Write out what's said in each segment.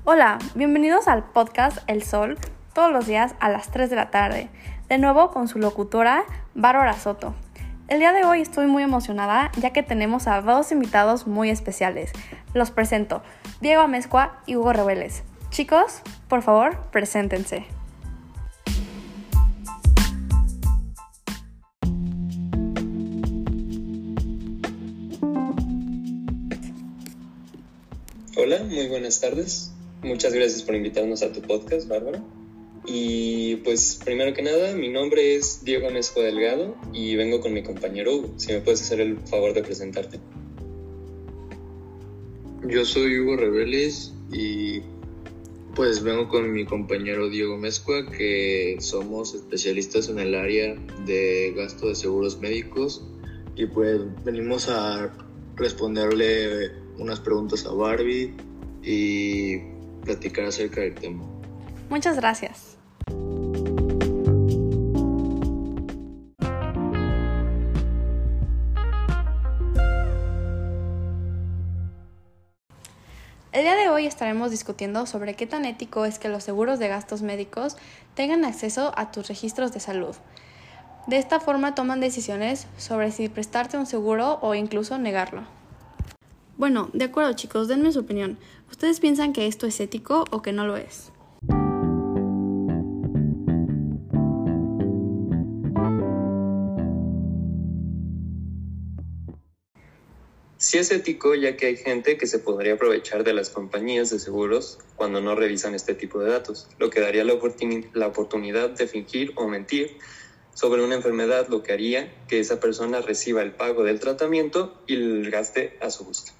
Hola, bienvenidos al podcast El Sol, todos los días a las 3 de la tarde, de nuevo con su locutora, Bárbara Soto. El día de hoy estoy muy emocionada ya que tenemos a dos invitados muy especiales. Los presento, Diego Amezcua y Hugo Reveles. Chicos, por favor, preséntense. Hola, muy buenas tardes. Muchas gracias por invitarnos a tu podcast, Bárbara. Y pues, primero que nada, mi nombre es Diego Amezcua Delgado y vengo con mi compañero Hugo. Si me puedes hacer el favor de presentarte. Yo soy Hugo Reveles y pues vengo con mi compañero Diego Amezcua, que somos especialistas en el área de gasto de seguros médicos y pues venimos a responderle unas preguntas a Barbie y platicar acerca del tema. Muchas gracias. El día de hoy estaremos discutiendo sobre qué tan ético es que los seguros de gastos médicos tengan acceso a tus registros de salud. De esta forma toman decisiones sobre si prestarte un seguro o incluso negarlo. Bueno, de acuerdo chicos, denme su opinión. ¿Ustedes piensan que esto es ético o que no lo es? Sí es ético, ya que hay gente que se podría aprovechar de las compañías de seguros cuando no revisan este tipo de datos, lo que daría la oportunidad de fingir o mentir sobre una enfermedad, lo que haría que esa persona reciba el pago del tratamiento y el gaste a su gusto.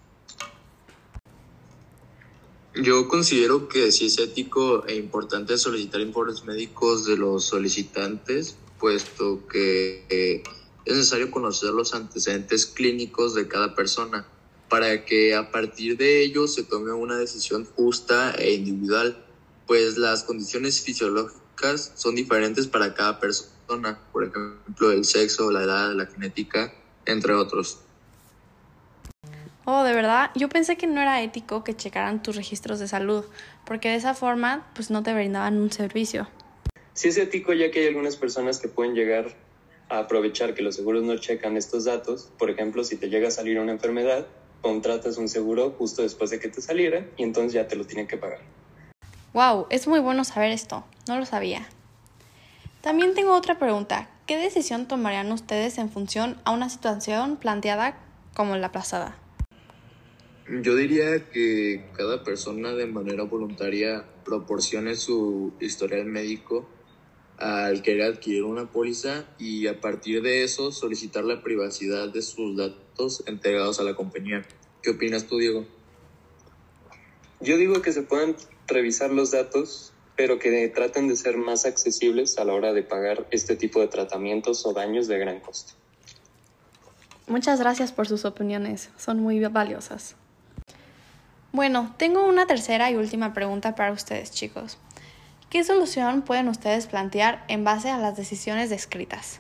Yo considero que sí es ético e importante solicitar informes médicos de los solicitantes, puesto que es necesario conocer los antecedentes clínicos de cada persona para que a partir de ello se tome una decisión justa e individual, pues las condiciones fisiológicas son diferentes para cada persona, por ejemplo el sexo, la edad, la genética, entre otros. Oh, de verdad, yo pensé que no era ético que checaran tus registros de salud, porque de esa forma pues no te brindaban un servicio. Sí es ético, ya que hay algunas personas que pueden llegar a aprovechar que los seguros no checan estos datos. Por ejemplo, si te llega a salir una enfermedad, contratas un seguro justo después de que te saliera y entonces ya te lo tienen que pagar. Wow, es muy bueno saber esto, no lo sabía. También tengo otra pregunta. ¿Qué decisión tomarían ustedes en función a una situación planteada como la pasada? Yo diría que cada persona de manera voluntaria proporcione su historial médico al querer adquirir una póliza y a partir de eso solicitar la privacidad de sus datos entregados a la compañía. ¿Qué opinas tú, Diego? Yo digo que se puedan revisar los datos, pero que traten de ser más accesibles a la hora de pagar este tipo de tratamientos o daños de gran costo. Muchas gracias por sus opiniones, son muy valiosas. Bueno, tengo una tercera y última pregunta para ustedes, chicos. ¿Qué solución pueden ustedes plantear en base a las decisiones descritas?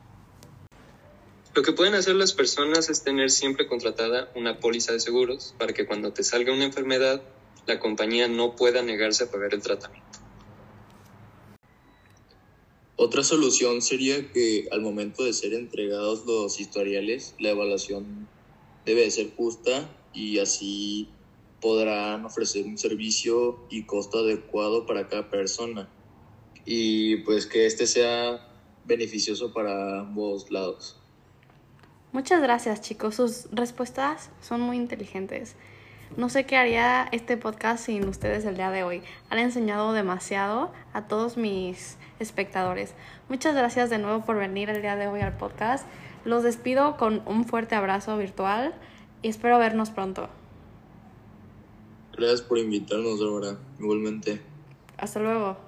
Lo que pueden hacer las personas es tener siempre contratada una póliza de seguros para que cuando te salga una enfermedad, la compañía no pueda negarse a pagar el tratamiento. Otra solución sería que al momento de ser entregados los historiales, la evaluación debe de ser justa y así podrán ofrecer un servicio y costo adecuado para cada persona y pues que este sea beneficioso para ambos lados. Muchas gracias, chicos. Sus respuestas son muy inteligentes. No sé qué haría este podcast sin ustedes el día de hoy. Han enseñado demasiado a todos mis espectadores. Muchas gracias de nuevo por venir el día de hoy al podcast. Los despido con un fuerte abrazo virtual y espero vernos pronto. Gracias por invitarnos, Laura. Igualmente. Hasta luego.